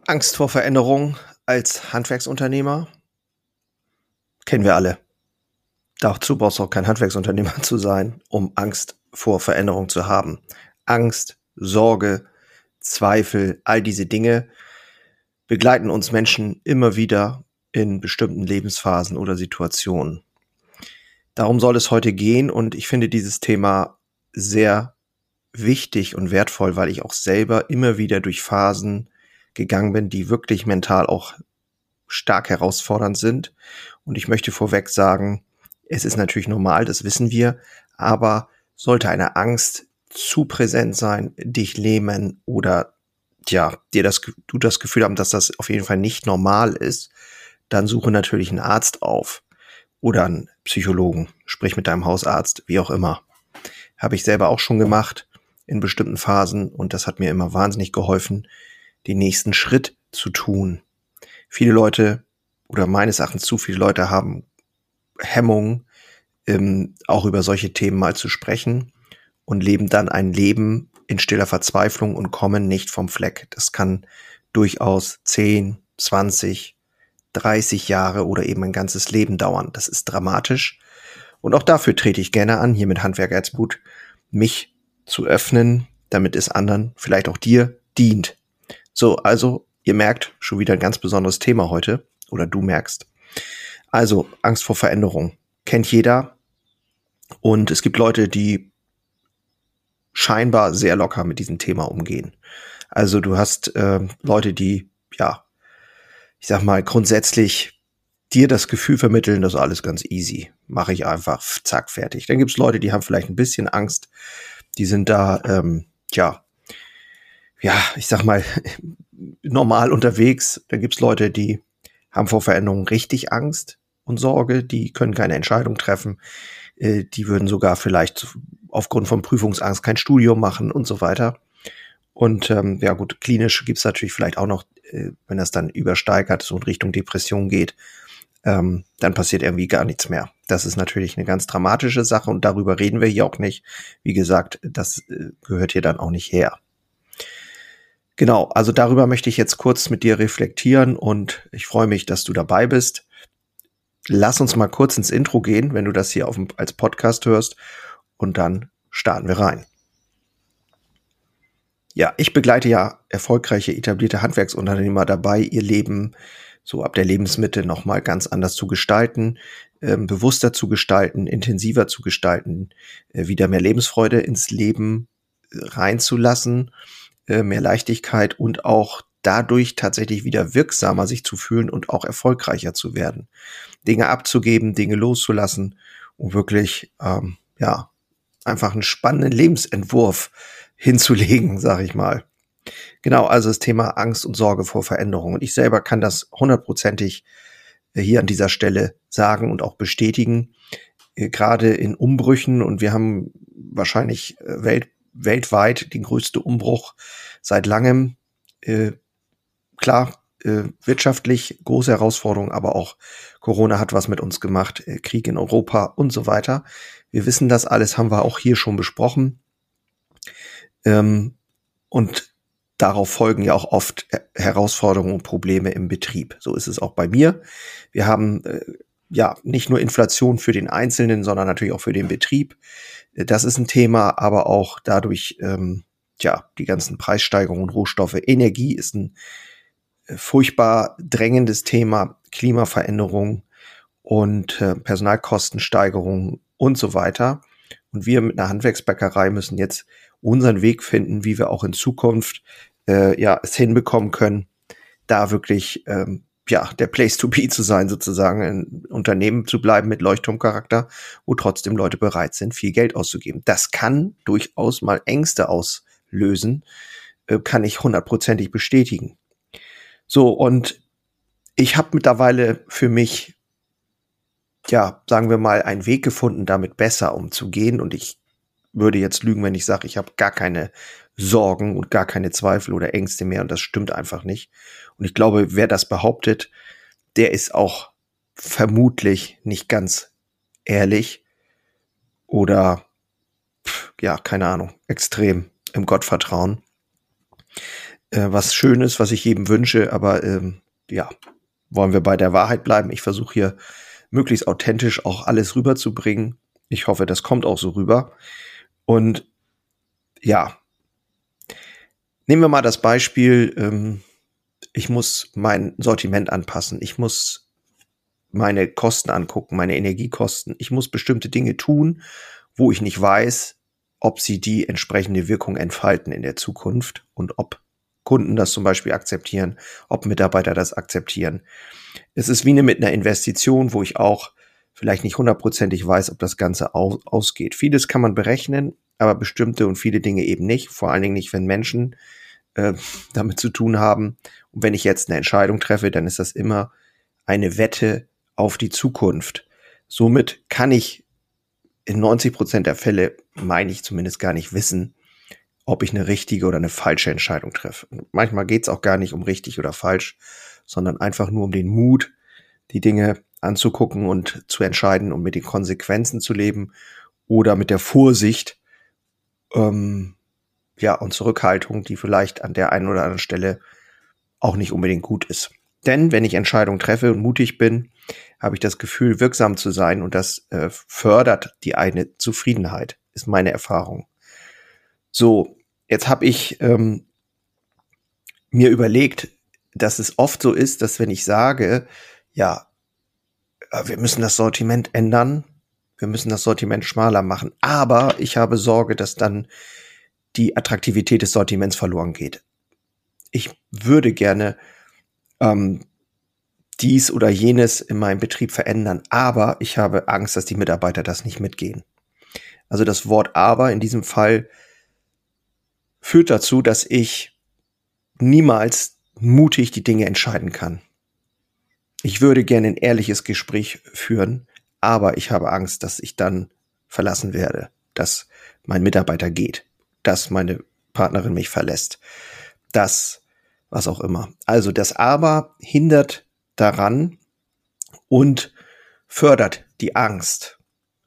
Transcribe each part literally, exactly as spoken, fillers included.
Angst vor Veränderung als Handwerksunternehmer kennen wir alle. Dazu brauchst du auch kein Handwerksunternehmer zu sein, um Angst vor Veränderung zu haben. Angst, Sorge, Zweifel, all diese Dinge begleiten uns Menschen immer wieder in bestimmten Lebensphasen oder Situationen. Darum soll es heute gehen und ich finde dieses Thema sehr wichtig und wertvoll, weil ich auch selber immer wieder durch Phasen gegangen bin, die wirklich mental auch stark herausfordernd sind. Und ich möchte vorweg sagen, es ist natürlich normal, das wissen wir, aber sollte eine Angst zu präsent sein, dich lähmen oder ja, dir das, du das Gefühl haben, dass das auf jeden Fall nicht normal ist, dann suche natürlich einen Arzt auf oder einen Psychologen, sprich mit deinem Hausarzt, wie auch immer. Habe ich selber auch schon gemacht in bestimmten Phasen und das hat mir immer wahnsinnig geholfen, den nächsten Schritt zu tun. Viele Leute oder meines Erachtens zu viele Leute haben Hemmungen, ähm, auch über solche Themen mal zu sprechen und leben dann ein Leben in stiller Verzweiflung und kommen nicht vom Fleck. Das kann durchaus zehn, zwanzig, dreißig Jahre oder eben ein ganzes Leben dauern. Das ist dramatisch. Und auch dafür trete ich gerne an, hier mit Handwerk Herzblut, mich zu öffnen, damit es anderen, vielleicht auch dir, dient. So, also, ihr merkt, schon wieder ein ganz besonderes Thema heute. Oder du merkst. Also, Angst vor Veränderung. Kennt jeder. Und es gibt Leute, die scheinbar sehr locker mit diesem Thema umgehen. Also, du hast äh, Leute, die, ja, ich sag mal, grundsätzlich dir das Gefühl vermitteln, das ist alles ganz easy. Mache ich einfach, zack, fertig. Dann gibt's Leute, die haben vielleicht ein bisschen Angst. Die sind da, ähm, ja, ja, ich sag mal, normal unterwegs. Da gibt's Leute, die haben vor Veränderungen richtig Angst und Sorge. Die können keine Entscheidung treffen. Äh, die würden sogar vielleicht aufgrund von Prüfungsangst kein Studium machen und so weiter. Und ähm, ja gut, klinisch gibt's natürlich vielleicht auch noch, äh, wenn das dann übersteigert, so in Richtung Depression geht, ähm, dann passiert irgendwie gar nichts mehr. Das ist natürlich eine ganz dramatische Sache und darüber reden wir hier auch nicht. Wie gesagt, das äh, gehört hier dann auch nicht her. Genau, also darüber möchte ich jetzt kurz mit dir reflektieren und ich freue mich, dass du dabei bist. Lass uns mal kurz ins Intro gehen, wenn du das hier auf dem, als Podcast hörst und dann starten wir rein. Ja, ich begleite ja erfolgreiche etablierte Handwerksunternehmer dabei, ihr Leben so ab der Lebensmitte nochmal ganz anders zu gestalten, ähm, bewusster zu gestalten, intensiver zu gestalten, äh, wieder mehr Lebensfreude ins Leben äh, reinzulassen, äh, mehr Leichtigkeit und auch dadurch tatsächlich wieder wirksamer sich zu fühlen und auch erfolgreicher zu werden. Dinge abzugeben, Dinge loszulassen und wirklich, ähm, ja, einfach einen spannenden Lebensentwurf hinzulegen, sag ich mal. Genau, also das Thema Angst und Sorge vor Veränderung. Und ich selber kann das hundertprozentig hier an dieser Stelle sagen und auch bestätigen. Gerade in Umbrüchen, und wir haben wahrscheinlich welt, weltweit den größten Umbruch seit langem. Äh, klar, äh, wirtschaftlich große Herausforderungen, aber auch Corona hat was mit uns gemacht, äh, Krieg in Europa und so weiter. Wir wissen das alles, haben wir auch hier schon besprochen. Ähm, und darauf folgen ja auch oft Herausforderungen und Probleme im Betrieb. So ist es auch bei mir. Wir haben äh, ja nicht nur Inflation für den Einzelnen, sondern natürlich auch für den Betrieb. Das ist ein Thema, aber auch dadurch, ähm, ja, die ganzen Preissteigerungen, Rohstoffe, Energie ist ein äh, furchtbar drängendes Thema, Klimaveränderung und äh, Personalkostensteigerung und so weiter. Und wir mit einer Handwerksbäckerei müssen jetzt unseren Weg finden, wie wir auch in Zukunft äh, ja es hinbekommen können, da wirklich ähm, ja der Place to be zu sein, sozusagen ein Unternehmen zu bleiben mit Leuchtturmcharakter, wo trotzdem Leute bereit sind, viel Geld auszugeben. Das kann durchaus mal Ängste auslösen, äh, kann ich hundertprozentig bestätigen. So, und ich habe mittlerweile für mich, ja, sagen wir mal, einen Weg gefunden, damit besser umzugehen. Und ich würde jetzt lügen, wenn ich sage, ich habe gar keine Sorgen und gar keine Zweifel oder Ängste mehr. Und das stimmt einfach nicht. Und ich glaube, wer das behauptet, der ist auch vermutlich nicht ganz ehrlich oder, ja, keine Ahnung, extrem im Gottvertrauen. äh, was Schönes, was ich jedem wünsche, aber ähm, ja, wollen wir bei der Wahrheit bleiben. Ich versuche hier möglichst authentisch auch alles rüberzubringen. Ich hoffe, das kommt auch so rüber. Und ja, nehmen wir mal das Beispiel, ähm, ich muss mein Sortiment anpassen. Ich muss meine Kosten angucken, meine Energiekosten. Ich muss bestimmte Dinge tun, wo ich nicht weiß, ob sie die entsprechende Wirkung entfalten in der Zukunft und ob Kunden das zum Beispiel akzeptieren, ob Mitarbeiter das akzeptieren. Es ist wie eine mit einer Investition, wo ich auch vielleicht nicht hundertprozentig weiß, ob das Ganze aus, ausgeht. Vieles kann man berechnen, aber bestimmte und viele Dinge eben nicht. Vor allen Dingen nicht, wenn Menschen äh, damit zu tun haben. Und wenn ich jetzt eine Entscheidung treffe, dann ist das immer eine Wette auf die Zukunft. Somit kann ich in neunzig Prozent der Fälle, meine ich zumindest, gar nicht wissen, ob ich eine richtige oder eine falsche Entscheidung treffe. Und manchmal geht es auch gar nicht um richtig oder falsch, sondern einfach nur um den Mut, die Dinge anzugucken und zu entscheiden und mit den Konsequenzen zu leben oder mit der Vorsicht ähm, ja, und Zurückhaltung, die vielleicht an der einen oder anderen Stelle auch nicht unbedingt gut ist. Denn wenn ich Entscheidungen treffe und mutig bin, habe ich das Gefühl, wirksam zu sein und das äh, fördert die eigene Zufriedenheit, ist meine Erfahrung. So, jetzt habe ich ähm, mir überlegt, dass es oft so ist, dass wenn ich sage, ja, wir müssen das Sortiment ändern, wir müssen das Sortiment schmaler machen, aber ich habe Sorge, dass dann die Attraktivität des Sortiments verloren geht. Ich würde gerne ähm, dies oder jenes in meinem Betrieb verändern, aber ich habe Angst, dass die Mitarbeiter das nicht mitgehen. Also das Wort aber in diesem Fall führt dazu, dass ich niemals mutig die Dinge entscheiden kann. Ich würde gerne ein ehrliches Gespräch führen, aber ich habe Angst, dass ich dann verlassen werde, dass mein Mitarbeiter geht, dass meine Partnerin mich verlässt, dass was auch immer. Also das aber hindert daran und fördert die Angst.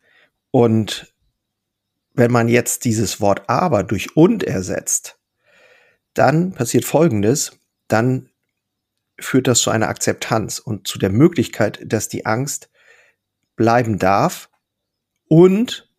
Und wenn man jetzt dieses Wort aber durch und ersetzt, dann passiert Folgendes, dann führt das zu einer Akzeptanz und zu der Möglichkeit, dass die Angst bleiben darf und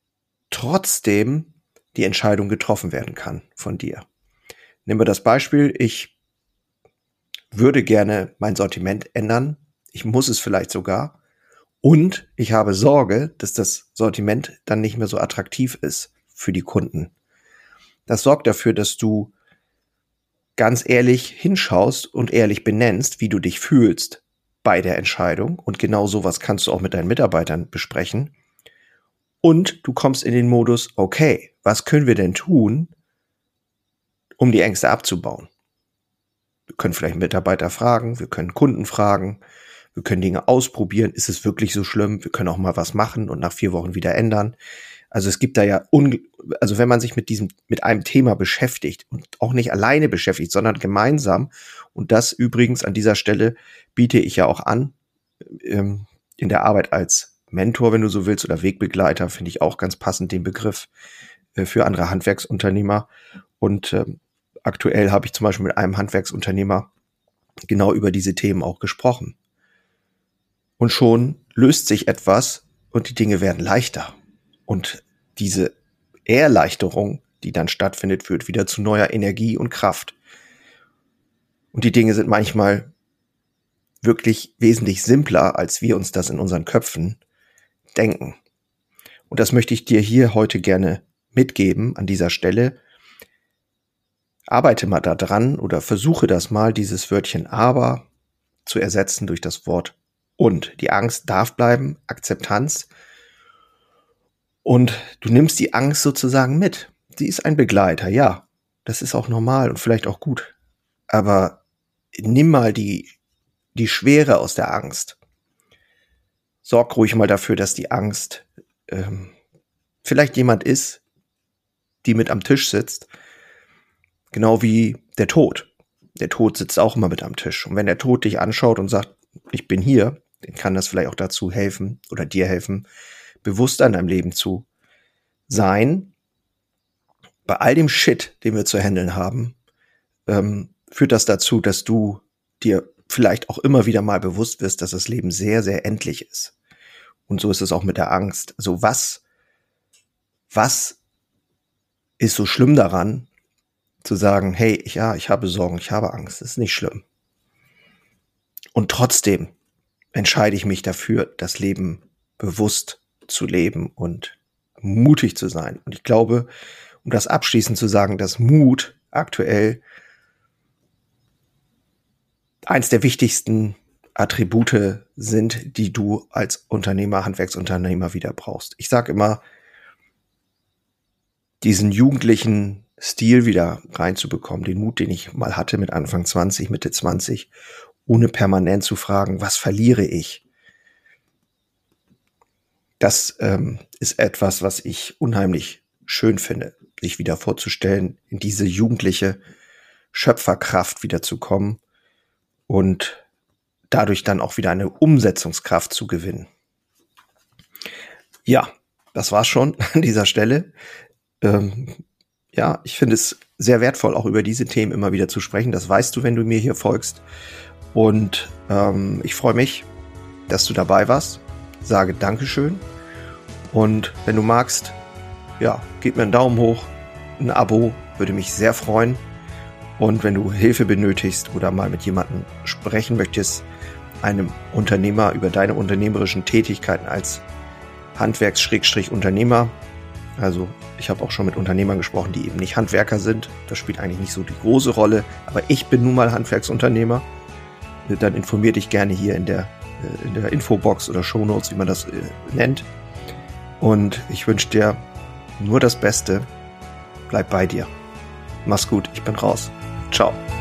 trotzdem die Entscheidung getroffen werden kann von dir. Nehmen wir das Beispiel, ich würde gerne mein Sortiment ändern, ich muss es vielleicht sogar, und ich habe Sorge, dass das Sortiment dann nicht mehr so attraktiv ist für die Kunden. Das sorgt dafür, dass du ganz ehrlich hinschaust und ehrlich benennst, wie du dich fühlst bei der Entscheidung. Und genau sowas kannst du auch mit deinen Mitarbeitern besprechen. Und du kommst in den Modus, okay, was können wir denn tun, um die Ängste abzubauen? Wir können vielleicht Mitarbeiter fragen, wir können Kunden fragen, wir können Dinge ausprobieren. Ist es wirklich so schlimm? Wir können auch mal was machen und nach vier Wochen wieder ändern. Also es gibt da ja, un- also wenn man sich mit diesem, mit einem Thema beschäftigt und auch nicht alleine beschäftigt, sondern gemeinsam, und das übrigens an dieser Stelle biete ich ja auch an, ähm, in der Arbeit als Mentor, wenn du so willst, oder Wegbegleiter, finde ich auch ganz passend den Begriff äh, für andere Handwerksunternehmer. Und ähm, aktuell habe ich zum Beispiel mit einem Handwerksunternehmer genau über diese Themen auch gesprochen. Und schon löst sich etwas und die Dinge werden leichter. Und diese Erleichterung, die dann stattfindet, führt wieder zu neuer Energie und Kraft. Und die Dinge sind manchmal wirklich wesentlich simpler, als wir uns das in unseren Köpfen denken. Und das möchte ich dir hier heute gerne mitgeben an dieser Stelle. Arbeite mal da dran oder versuche das mal, dieses Wörtchen aber zu ersetzen durch das Wort und. Die Angst darf bleiben, Akzeptanz. Und du nimmst die Angst sozusagen mit. Sie ist ein Begleiter, ja. Das ist auch normal und vielleicht auch gut. Aber nimm mal die, die Schwere aus der Angst. Sorg ruhig mal dafür, dass die Angst ähm, vielleicht jemand ist, die mit am Tisch sitzt. Genau wie der Tod. Der Tod sitzt auch immer mit am Tisch. Und wenn der Tod dich anschaut und sagt, ich bin hier, dann kann das vielleicht auch dazu helfen oder dir helfen, bewusster in deinem Leben zu sein, bei all dem Shit, den wir zu handeln haben, ähm, führt das dazu, dass du dir vielleicht auch immer wieder mal bewusst wirst, dass das Leben sehr, sehr endlich ist. Und so ist es auch mit der Angst. Also was, was ist so schlimm daran, zu sagen, hey, ich, ja, ich habe Sorgen, ich habe Angst, das ist nicht schlimm. Und trotzdem entscheide ich mich dafür, das Leben bewusst zu leben und mutig zu sein. Und ich glaube, um das abschließend zu sagen, dass Mut aktuell eins der wichtigsten Attribute sind, die du als Unternehmer, Handwerksunternehmer wieder brauchst. Ich sage immer, diesen jugendlichen Stil wieder reinzubekommen, den Mut, den ich mal hatte mit Anfang zwanzig, Mitte zwanzig, ohne permanent zu fragen, was verliere ich? Das ähm, ist etwas, was ich unheimlich schön finde, sich wieder vorzustellen, in diese jugendliche Schöpferkraft wieder zu kommen und dadurch dann auch wieder eine Umsetzungskraft zu gewinnen. Ja, das war's schon an dieser Stelle. Ähm, ja, ich finde es sehr wertvoll, auch über diese Themen immer wieder zu sprechen. Das weißt du, wenn du mir hier folgst. Und ähm, ich freue mich, dass du dabei warst. Sage Dankeschön. Und wenn du magst, ja, gib mir einen Daumen hoch, ein Abo, würde mich sehr freuen. Und wenn du Hilfe benötigst oder mal mit jemandem sprechen möchtest, einem Unternehmer über deine unternehmerischen Tätigkeiten als Handwerks-Unternehmer, also ich habe auch schon mit Unternehmern gesprochen, die eben nicht Handwerker sind. Das spielt eigentlich nicht so die große Rolle. Aber ich bin nun mal Handwerksunternehmer. Dann informier dich gerne hier in der, in der Infobox oder Shownotes, wie man das äh, nennt. Und ich wünsche dir nur das Beste. Bleib bei dir. Mach's gut, ich bin raus. Ciao.